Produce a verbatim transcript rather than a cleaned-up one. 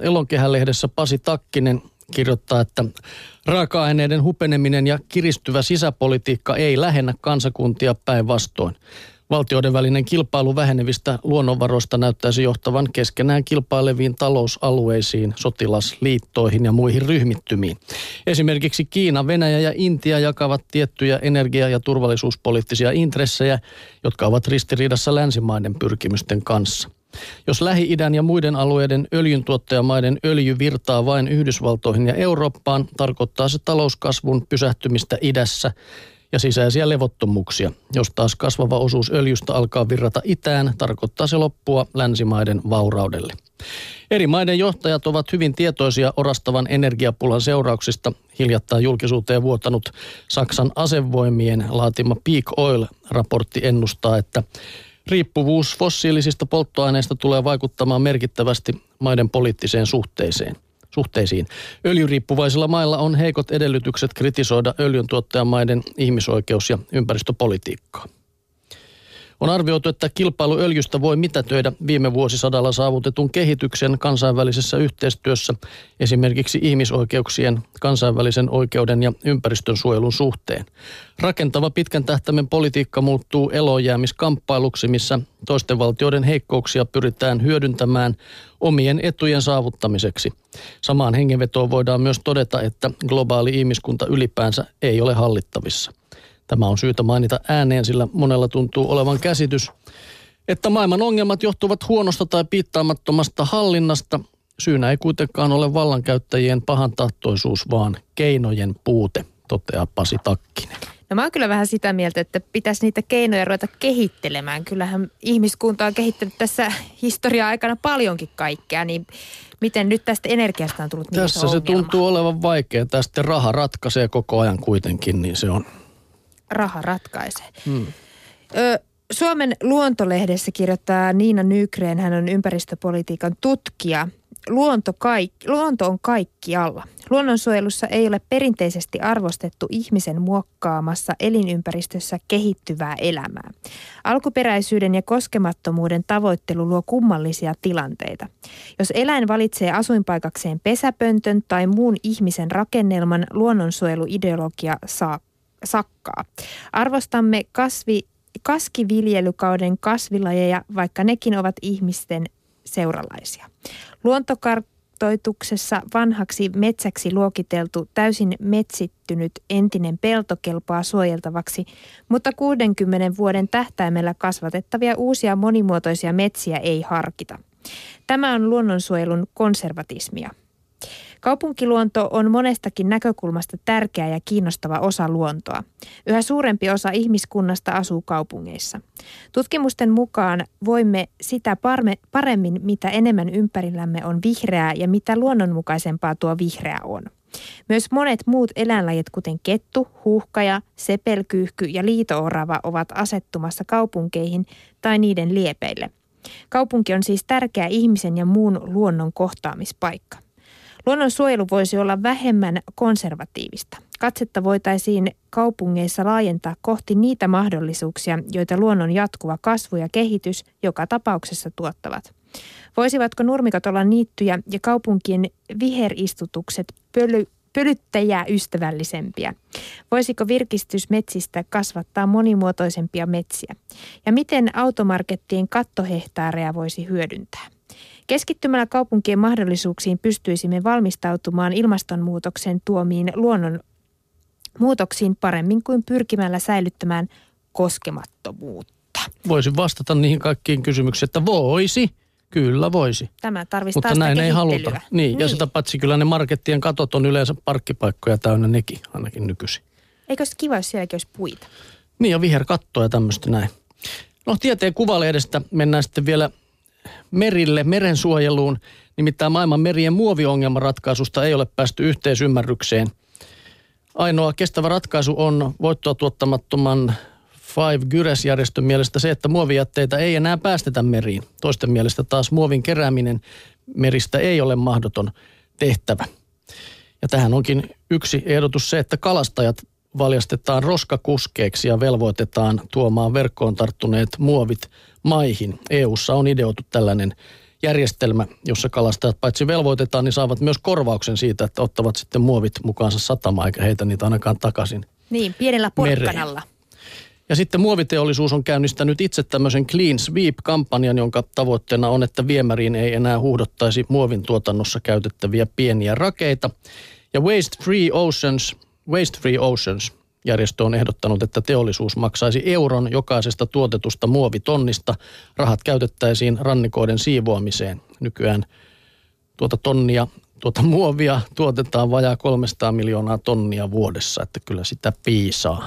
Elonkehä-lehdessä Pasi Takkinen kirjoittaa, että raaka-aineiden hupeneminen ja kiristyvä sisäpolitiikka ei lähennä kansakuntia, päinvastoin. Valtioiden välinen kilpailu vähenevistä luonnonvaroista näyttäisi johtavan keskenään kilpaileviin talousalueisiin, sotilasliittoihin ja muihin ryhmittymiin. Esimerkiksi Kiina, Venäjä ja Intia jakavat tiettyjä energia- ja turvallisuuspoliittisia intressejä, jotka ovat ristiriidassa länsimaiden pyrkimysten kanssa. Jos Lähi-idän ja muiden alueiden öljyntuottajamaiden öljy virtaa vain Yhdysvaltoihin ja Eurooppaan, tarkoittaa se talouskasvun pysähtymistä idässä ja sisäisiä levottomuuksia. Jos taas kasvava osuus öljystä alkaa virrata itään, tarkoittaa se loppua länsimaiden vauraudelle. Eri maiden johtajat ovat hyvin tietoisia orastavan energiapulan seurauksista. Hiljattain julkisuuteen vuotanut Saksan asevoimien laatima Peak Oil-raportti ennustaa, että riippuvuus fossiilisista polttoaineista tulee vaikuttamaan merkittävästi maiden poliittiseen suhteeseen. suhteisiin. Öljyriippuvaisilla mailla on heikot edellytykset kritisoida öljyntuottajamaiden ihmisoikeus- ja ympäristöpolitiikkaa. On arvioitu, että kilpailu öljystä voi mitätöidä viime vuosisadalla saavutetun kehityksen kansainvälisessä yhteistyössä, esimerkiksi ihmisoikeuksien, kansainvälisen oikeuden ja ympäristön suojelun suhteen. Rakentava pitkän tähtäimen politiikka muuttuu eloonjäämiskamppailuksi, missä toisten valtioiden heikkouksia pyritään hyödyntämään omien etujen saavuttamiseksi. Samaan hengenvetoon voidaan myös todeta, että globaali ihmiskunta ylipäänsä ei ole hallittavissa. Tämä on syytä mainita ääneen, sillä monella tuntuu olevan käsitys, että maailman ongelmat johtuvat huonosta tai piittaamattomasta hallinnasta. Syynä ei kuitenkaan ole vallankäyttäjien pahantahtoisuus, vaan keinojen puute, toteaa Pasi Takkinen. No mä oon kyllä vähän sitä mieltä, että pitäisi niitä keinoja ruveta kehittelemään. Kyllähän ihmiskunta on kehittänyt tässä historian aikana paljonkin kaikkea, niin miten nyt tästä energiasta on tullut niin Tässä iso se ongelma? tuntuu olevan vaikeaa. Tästä raha ratkaisee koko ajan kuitenkin, niin se on. Raha ratkaisee. Hmm. Ö, Suomen Luontolehdessä kirjoittaa Niina Nygren, hän on ympäristöpolitiikan tutkija. Luonto, kaikki, luonto on kaikkialla. Luonnonsuojelussa ei ole perinteisesti arvostettu ihmisen muokkaamassa elinympäristössä kehittyvää elämää. Alkuperäisyyden ja koskemattomuuden tavoittelu luo kummallisia tilanteita. Jos eläin valitsee asuinpaikakseen pesäpöntön tai muun ihmisen rakennelman, luonnonsuojeluideologia saa sakkaa. Arvostamme kasvi, kaskiviljelykauden kasvilajeja, vaikka nekin ovat ihmisten seuralaisia. Luontokartoituksessa vanhaksi metsäksi luokiteltu täysin metsittynyt entinen pelto kelpaa suojeltavaksi, mutta kuudenkymmenen vuoden tähtäimellä kasvatettavia uusia monimuotoisia metsiä ei harkita. Tämä on luonnonsuojelun konservatismia. Kaupunkiluonto on monestakin näkökulmasta tärkeä ja kiinnostava osa luontoa. Yhä suurempi osa ihmiskunnasta asuu kaupungeissa. Tutkimusten mukaan voimme sitä paremmin, mitä enemmän ympärillämme on vihreää ja mitä luonnonmukaisempaa tuo vihreä on. Myös monet muut eläinlajit, kuten kettu, huuhkaja, sepelkyyhky ja liito-orava, ovat asettumassa kaupunkeihin tai niiden liepeille. Kaupunki on siis tärkeä ihmisen ja muun luonnon kohtaamispaikka. Luonnonsuojelu voisi olla vähemmän konservatiivista. Katsetta voitaisiin kaupungeissa laajentaa kohti niitä mahdollisuuksia, joita luonnon jatkuva kasvu ja kehitys joka tapauksessa tuottavat. Voisivatko nurmikot olla niittyjä ja kaupunkien viheristutukset pöly, pölyttäjää ystävällisempiä? Voisiko virkistysmetsistä kasvattaa monimuotoisempia metsiä? Ja miten automarkettien kattohehtaareja voisi hyödyntää? Keskittymällä kaupunkien mahdollisuuksiin pystyisimme valmistautumaan ilmastonmuutoksen tuomiin luonnon muutoksiin paremmin kuin pyrkimällä säilyttämään koskemattomuutta. Voisin vastata niihin kaikkiin kysymyksiin, että voisi, kyllä voisi. Tämä tarvitsee mutta näin ei haluta. Niin, niin, ja sitä paitsi kyllä ne markettien katot on yleensä parkkipaikkoja täynnä nekin, ainakin nykyisin. Eikö olisi kiva, jos sielläkin olisi puita? Niin, ja viherkattoa ja tämmöistä näin. No, Tieteen Kuvalehdestä mennään sitten vielä merille, merensuojeluun. Nimittäin maailman merien muoviongelman ratkaisusta ei ole päästy yhteisymmärrykseen. Ainoa kestävä ratkaisu on voittoa tuottamattoman Five Gyres-järjestön mielestä se, että muovijätteitä ei enää päästetä meriin. Toisten mielestä taas muovin kerääminen meristä ei ole mahdoton tehtävä. Ja tähän onkin yksi ehdotus se, että kalastajat valjastetaan roskakuskeiksi ja velvoitetaan tuomaan verkkoon tarttuneet muovit maihin. E U:ssa on ideoitu tällainen järjestelmä, jossa kalastajat paitsi velvoitetaan, niin saavat myös korvauksen siitä, että ottavat sitten muovit mukaansa satamaan, eikä heitä niitä ainakaan takaisin. Niin, pienellä porkkanalla. Ja sitten muoviteollisuus on käynnistänyt itse tämmöisen Clean Sweep-kampanjan, jonka tavoitteena on, että viemäriin ei enää huuhdottaisi muovin tuotannossa käytettäviä pieniä rakeita. Ja Waste Free Oceans, Waste Free Oceans järjestö on ehdottanut, että teollisuus maksaisi euron jokaisesta tuotetusta muovitonnista. Rahat käytettäisiin rannikoiden siivoamiseen. Nykyään tuota tonnia, tuota muovia tuotetaan vajaa kolmesataa miljoonaa tonnia vuodessa, että kyllä sitä piisaa.